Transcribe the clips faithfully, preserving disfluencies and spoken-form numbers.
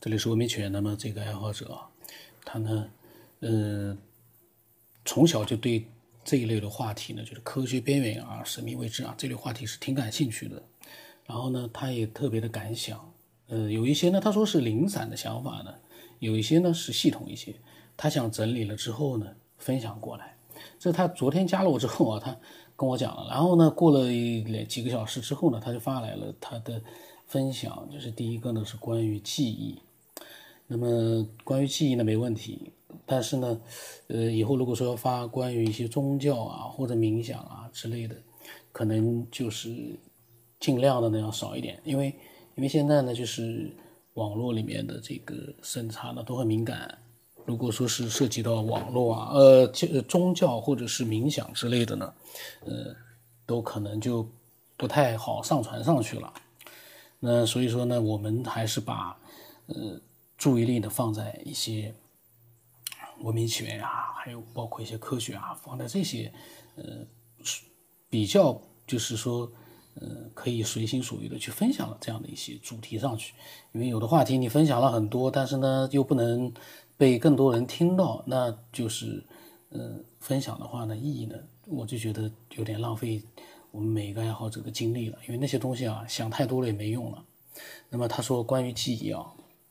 这里是文明犬。那么这个爱好者啊，他呢，呃，从小就对这一类的话题呢，就是科学边缘啊、神秘未知啊这类话题是挺感兴趣的。然后呢，他也特别的敢想，呃，有一些呢，他说是零散的想法呢，有一些呢是系统一些，他想整理了之后呢，分享过来。这他昨天加了我之后啊，他跟我讲了，然后呢，过了几个小时之后呢，他就发来了他的分享，就是第一个呢是关于记忆。那么关于记忆呢没问题，但是呢，呃，以后如果说要发关于一些宗教啊或者冥想啊之类的，可能就是尽量的呢要少一点，因为因为现在呢就是网络里面的这个审查呢都很敏感，如果说是涉及到网络啊、呃宗教或者是冥想之类的呢，呃，都可能就不太好上传上去了。那所以说呢，我们还是把呃注意力呢放在一些文明起源啊，还有包括一些科学啊，放在这些呃比较就是说呃可以随心所欲的去分享了这样的一些主题上去。因为有的话题你分享了很多，但是呢又不能被更多人听到，那就是呃分享的话呢意义呢，我就觉得有点浪费我们每一个爱好者的精力了，因为那些东西啊想太多了也没用了。那么他说关于记忆啊，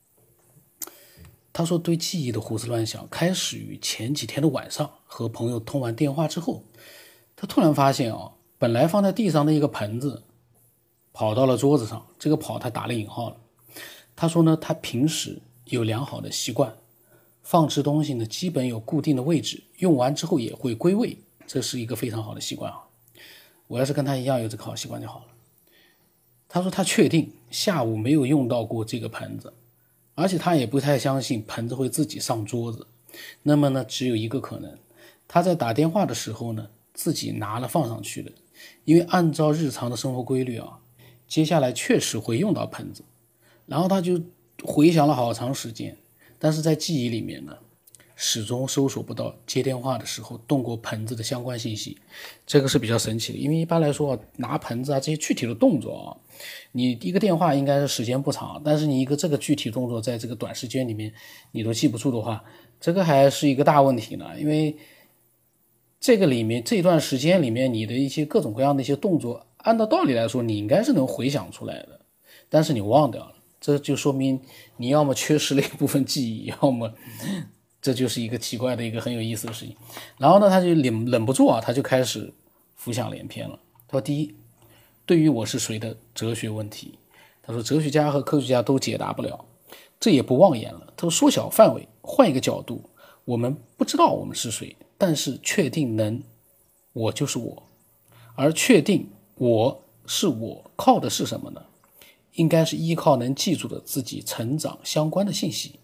他说对记忆的胡思乱想开始于前几天的晚上，和朋友通完电话之后，他突然发现啊，本来放在地上的一个盆子跑到了桌子上，这个跑他打了引号了。他说呢，他平时有良好的习惯，放置东西呢基本有固定的位置，用完之后也会归位，这是一个非常好的习惯啊。我要是跟他一样有这个好习惯就好了。他说他确定下午没有用到过这个盆子，而且他也不太相信盆子会自己上桌子。那么呢，只有一个可能，他在打电话的时候呢，自己拿了放上去的。因为按照日常的生活规律啊，接下来确实会用到盆子。然后他就回想了好长时间，但是在记忆里面呢，始终搜索不到接电话的时候动过盆子的相关信息。这个是比较神奇的，因为一般来说拿盆子啊这些具体的动作啊，你一个电话应该是时间不长，但是你一个这个具体动作在这个短时间里面你都记不住的话，这个还是一个大问题呢。因为这个里面这段时间里面你的一些各种各样的一些动作，按照道理来说你应该是能回想出来的，但是你忘掉了，这就说明你要么缺失了一部分记忆，要么这就是一个奇怪的一个很有意思的事情。然后呢，他就忍忍不住啊，他就开始浮想联翩了。他说：第一，对于我是谁的哲学问题，他说哲学家和科学家都解答不了，这也不妄言了。他说缩小范围，换一个角度，我们不知道我们是谁，但是确定能我就是我，而确定我是我靠的是什么呢？应该是依靠能记住的自己成长相关的信息。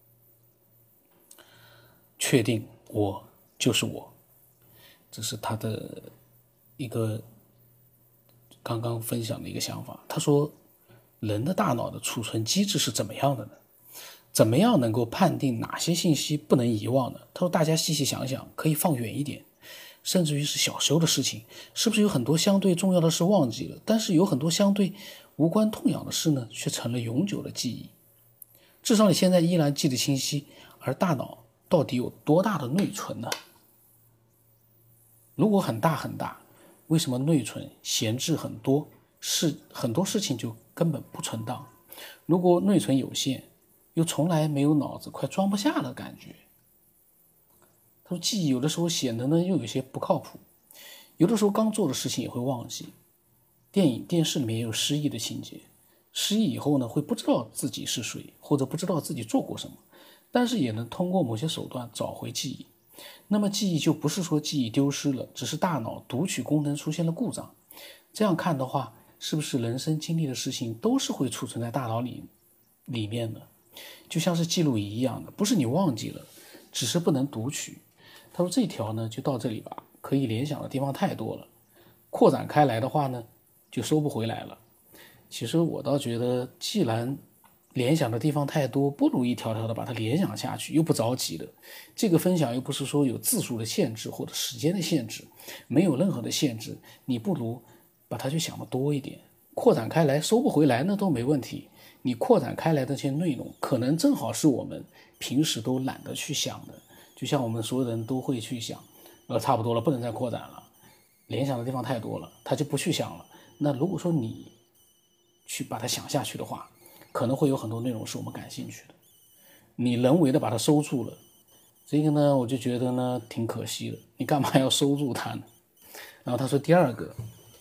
确定我就是我，这是他的一个刚刚分享的一个想法。他说人的大脑的储存机制是怎么样的呢？怎么样能够判定哪些信息不能遗忘呢？他说大家细细想想，可以放远一点，甚至于是小时候的事情，是不是有很多相对重要的事忘记了，但是有很多相对无关痛痒的事呢，却成了永久的记忆。至少你现在依然记得清晰，而大脑到底有多大的内存呢？如果很大很大，为什么内存闲置很多，是很多事情就根本不存档？如果内存有限，又从来没有脑子快装不下的感觉。他说记忆有的时候显得呢又有些不靠谱，有的时候刚做的事情也会忘记。电影电视里面也有失忆的情节，失忆以后呢会不知道自己是谁，或者不知道自己做过什么，但是也能通过某些手段找回记忆。那么记忆就不是说记忆丢失了，只是大脑读取功能出现了故障。这样看的话，是不是人生经历的事情都是会储存在大脑里里面的，就像是记录仪一样的，不是你忘记了，只是不能读取。他说这条呢就到这里吧，可以联想的地方太多了，扩展开来的话呢就收不回来了。其实我倒觉得既然联想的地方太多，不如一条条的把它联想下去，又不着急的。这个分享又不是说有字数的限制或者时间的限制，没有任何的限制，你不如把它就想的多一点，扩展开来收不回来那都没问题， 你扩展开来的这些内容，可能正好是我们平时都懒得去想的，就像我们所有人都会去想，呃，差不多了，不能再扩展了，联想的地方太多了，他就不去想了。那如果说你去把它想下去的话，可能会有很多内容是我们感兴趣的，你人为的把它收住了，这个呢，我就觉得呢挺可惜的，你干嘛要收住它呢？然后他说第二个，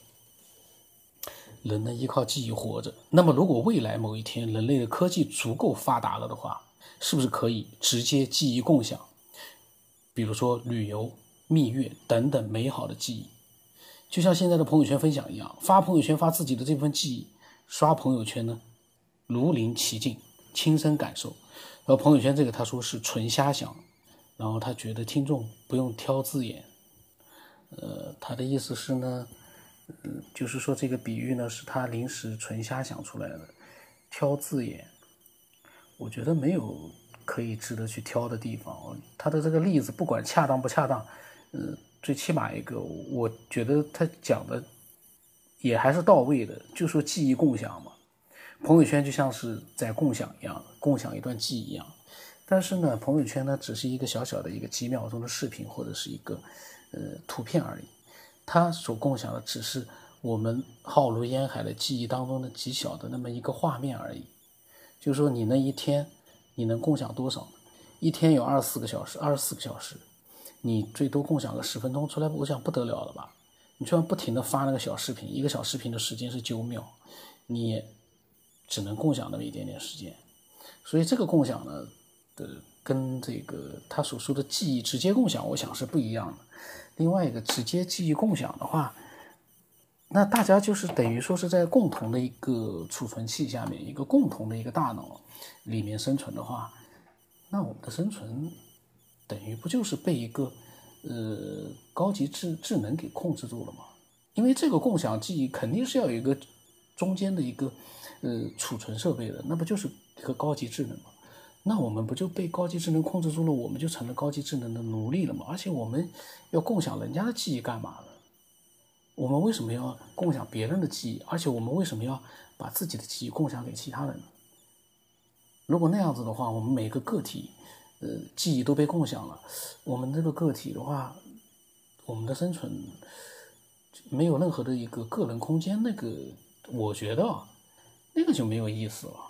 人呢依靠记忆活着，那么如果未来某一天人类的科技足够发达了的话，是不是可以直接记忆共享？比如说旅游、蜜月等等美好的记忆，就像现在的朋友圈分享一样，发朋友圈发自己的这份记忆，刷朋友圈呢如临其境，亲身感受。然后朋友圈这个他说是纯瞎想，然后他觉得听众不用挑字眼，呃，他的意思是呢，嗯，就是说这个比喻呢是他临时纯瞎想出来的，挑字眼，我觉得没有可以值得去挑的地方。他的这个例子不管恰当不恰当，呃，最起码一个，我觉得他讲的也还是到位的，就说记忆共享嘛。朋友圈就像是在共享一样，共享一段记忆一样。但是呢，朋友圈呢只是一个小小的一个几秒钟的视频或者是一个呃图片而已，它所共享的只是我们浩如烟海的记忆当中的极小的那么一个画面而已。就是说你那一天你能共享多少呢？一天有二十四个小时，二十四个小时，你最多共享个十分钟出来，我想不得了了吧？你就要不停的发那个小视频，一个小视频的时间是九秒，你也只能共享那么一点点时间。所以这个共享呢的跟这个他所说的记忆直接共享，我想是不一样的。另外一个直接记忆共享的话，那大家就是等于说是在共同的一个储存器下面，一个共同的一个大脑里面生存的话，那我们的生存等于不就是被一个呃高级智智能给控制住了吗？因为这个共享记忆肯定是要有一个中间的一个呃储存设备的，那不就是一个高级智能吗？那我们不就被高级智能控制住了，我们就成了高级智能的奴隶了吗？而且我们要共享人家的记忆干嘛呢？我们为什么要共享别人的记忆？而且我们为什么要把自己的记忆共享给其他人呢？如果那样子的话，我们每个个体呃记忆都被共享了，我们这个个体的话，我们的生存没有任何的一个个人空间，那个我觉得那个就没有意思了。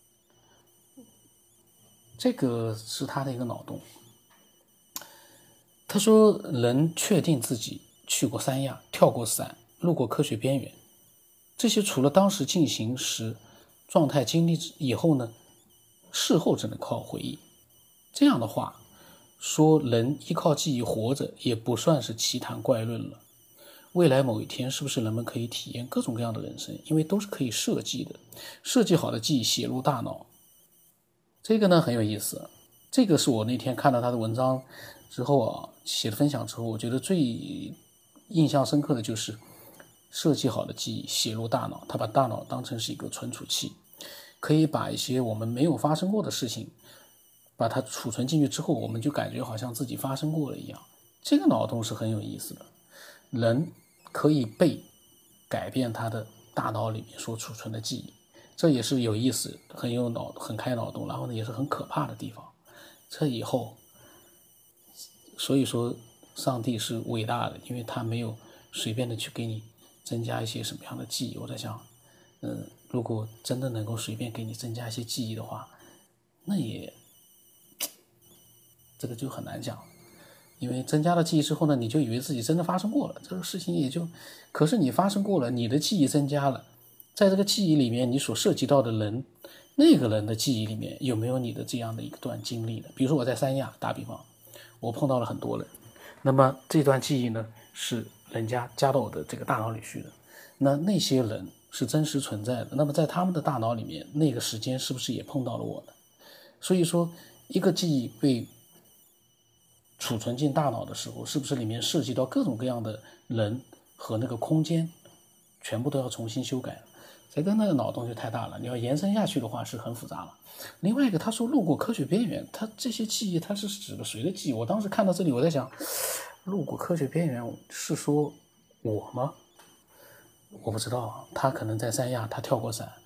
这个是他的一个脑洞。他说人确定自己去过三亚，跳过伞，路过科学边缘，这些除了当时进行时状态经历以后呢，事后只能靠回忆。这样的话说人依靠记忆活着也不算是奇谈怪论了。未来某一天是不是人们可以体验各种各样的人生，因为都是可以设计的，设计好的记忆写入大脑。这个呢很有意思，这个是我那天看到他的文章之后啊，写的分享之后，我觉得最印象深刻的就是设计好的记忆写入大脑，他把大脑当成是一个存储器，可以把一些我们没有发生过的事情把它储存进去之后，我们就感觉好像自己发生过了一样。这个脑洞是很有意思的，人可以被改变他的大脑里面所储存的记忆，这也是有意思，很有脑很开脑洞，然后呢也是很可怕的地方。这以后所以说上帝是伟大的，因为他没有随便的去给你增加一些什么样的记忆。我在想嗯，如果真的能够随便给你增加一些记忆的话，那也这个就很难讲，因为增加了记忆之后呢，你就以为自己真的发生过了，这个事情也就，可是你发生过了，你的记忆增加了，在这个记忆里面你所涉及到的人，那个人的记忆里面有没有你的这样的一段经历呢？比如说我在三亚打比方，我碰到了很多人，那么这段记忆呢是人家加到我的这个大脑里去的，那那些人是真实存在的，那么在他们的大脑里面那个时间是不是也碰到了我呢？所以说一个记忆被储存进大脑的时候，是不是里面涉及到各种各样的人和那个空间全部都要重新修改了？这个那个脑洞就太大了，你要延伸下去的话是很复杂了。另外一个他说路过科学边缘，他这些记忆他是指的谁的记忆？我当时看到这里我在想，路过科学边缘是说我吗？我不知道，他可能在三亚他跳过伞，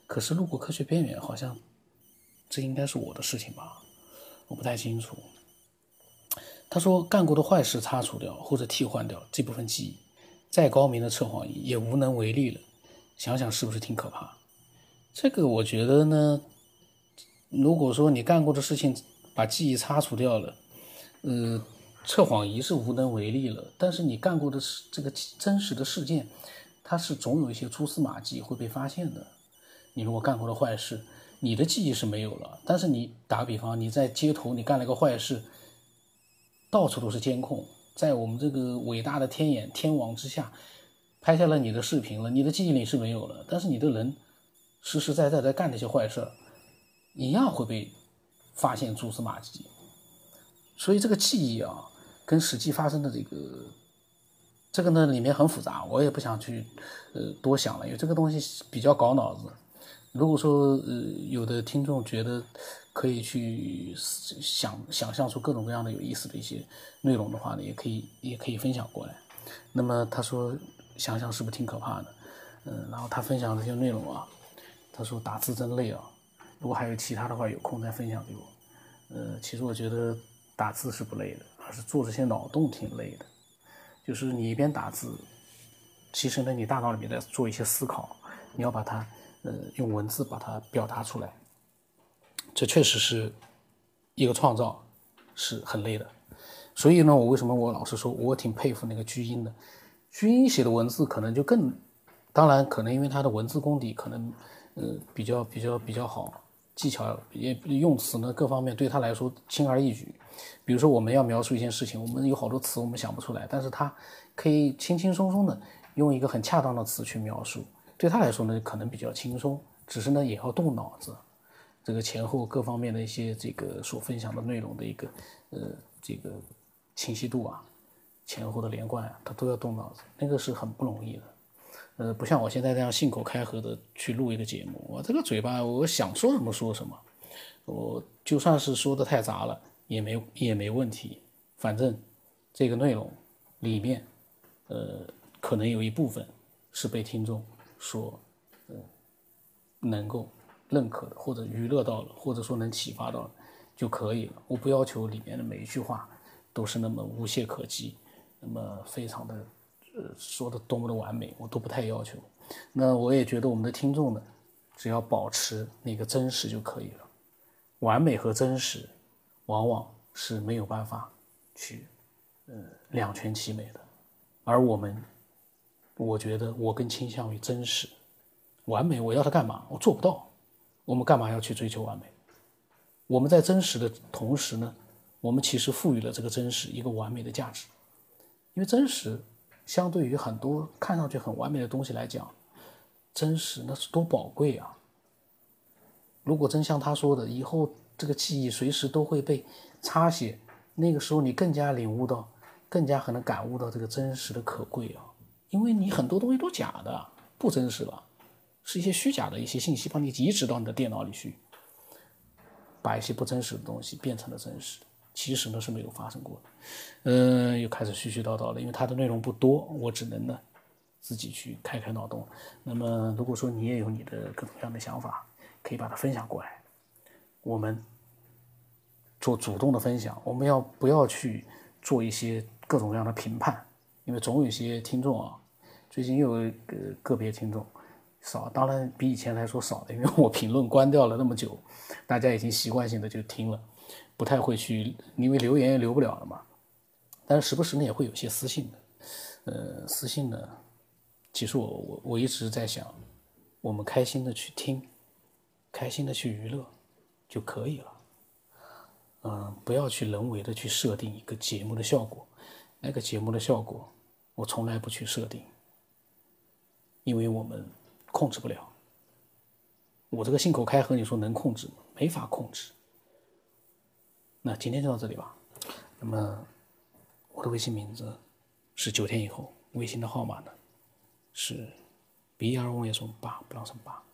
可是路过科学边缘好像这应该是我的事情吧，我不太清楚。他说干过的坏事擦除掉或者替换掉这部分记忆，再高明的测谎仪也无能为力了，想想是不是挺可怕？这个我觉得呢，如果说你干过的事情把记忆擦除掉了，呃，测谎仪是无能为力了，但是你干过的这个真实的事件，它是总有一些蛛丝马迹会被发现的。你如果干过的坏事，你的记忆是没有了，但是你打个比方，你在街头你干了个坏事，到处都是监控，在我们这个伟大的天眼天网之下拍下了你的视频了，你的记忆里是没有了，但是你的人实实在在在干那些坏事，一样会被发现蛛丝马迹。所以这个记忆啊，跟实际发生的这个这个呢里面很复杂，我也不想去呃多想了，因为这个东西比较搞脑子。如果说呃有的听众觉得可以去想想象出各种各样的有意思的一些内容的话呢，也可以也可以分享过来。那么他说想想是不是挺可怕的？嗯，然后他分享这些内容啊，他说打字真累啊，如果还有其他的话，有空再分享给我。呃，其实我觉得打字是不累的，而是做这些脑洞挺累的。就是你一边打字，其实呢，你大脑里面在做一些思考，你要把它呃用文字把它表达出来，这确实是一个创造，是很累的。所以呢，我为什么我老是说我挺佩服那个居英的，居英写的文字可能就更，当然可能因为他的文字功底可能呃比较比较比较好，技巧也用词呢各方面对他来说轻而易举。比如说我们要描述一件事情，我们有好多词我们想不出来，但是他可以轻轻松松的用一个很恰当的词去描述，对他来说呢可能比较轻松，只是呢也要动脑子，这个前后各方面的一些这个所分享的内容的一个呃这个清晰度啊，前后的连贯啊，他都要动脑子，那个是很不容易的。呃，不像我现在这样信口开河的去录一个节目，我这个嘴巴我想说什么说什么，我就算是说的太杂了也没也没问题，反正这个内容里面，呃，可能有一部分是被听众所呃能够认可的，或者娱乐到了，或者说能启发到了就可以了。我不要求里面的每一句话都是那么无懈可击，那么非常的呃说的多么的完美，我都不太要求。那我也觉得我们的听众呢，只要保持那个真实就可以了。完美和真实往往是没有办法去呃两全其美的，而我们我觉得我更倾向于真实。完美我要它干嘛？我做不到，我们干嘛要去追求完美？我们在真实的同时呢，我们其实赋予了这个真实一个完美的价值。因为真实相对于很多看上去很完美的东西来讲，真实那是多宝贵啊。如果真像他说的，以后这个记忆随时都会被擦写，那个时候你更加领悟到，更加可能感悟到这个真实的可贵啊。因为你很多东西都假的，不真实了，是一些虚假的一些信息帮你移植到你的电脑里去，把一些不真实的东西变成了真实，其实呢是没有发生过的。嗯、呃，又开始絮絮叨叨了，因为它的内容不多，我只能呢自己去开开脑洞。那么如果说你也有你的各种各样的想法，可以把它分享过来，我们做主动的分享，我们要不要去做一些各种各样的评判？因为总有一些听众啊，最近又有一个个别听众少，当然比以前来说少了，因为我评论关掉了那么久，大家已经习惯性的就听了，不太会去，因为留言也留不了了嘛。但是时不时呢也会有些私信的，呃，私信呢，其实我我我一直在想，我们开心的去听，开心的去娱乐就可以了。嗯、呃，不要去人为的去设定一个节目的效果，那个节目的效果我从来不去设定，因为我们控制不了。我这个信口开河，你说能控制吗？没法控制。那今天就到这里吧。那么我的微信名字是九天以后，微信的号码呢是 B 二 五 S 八，不让什么八。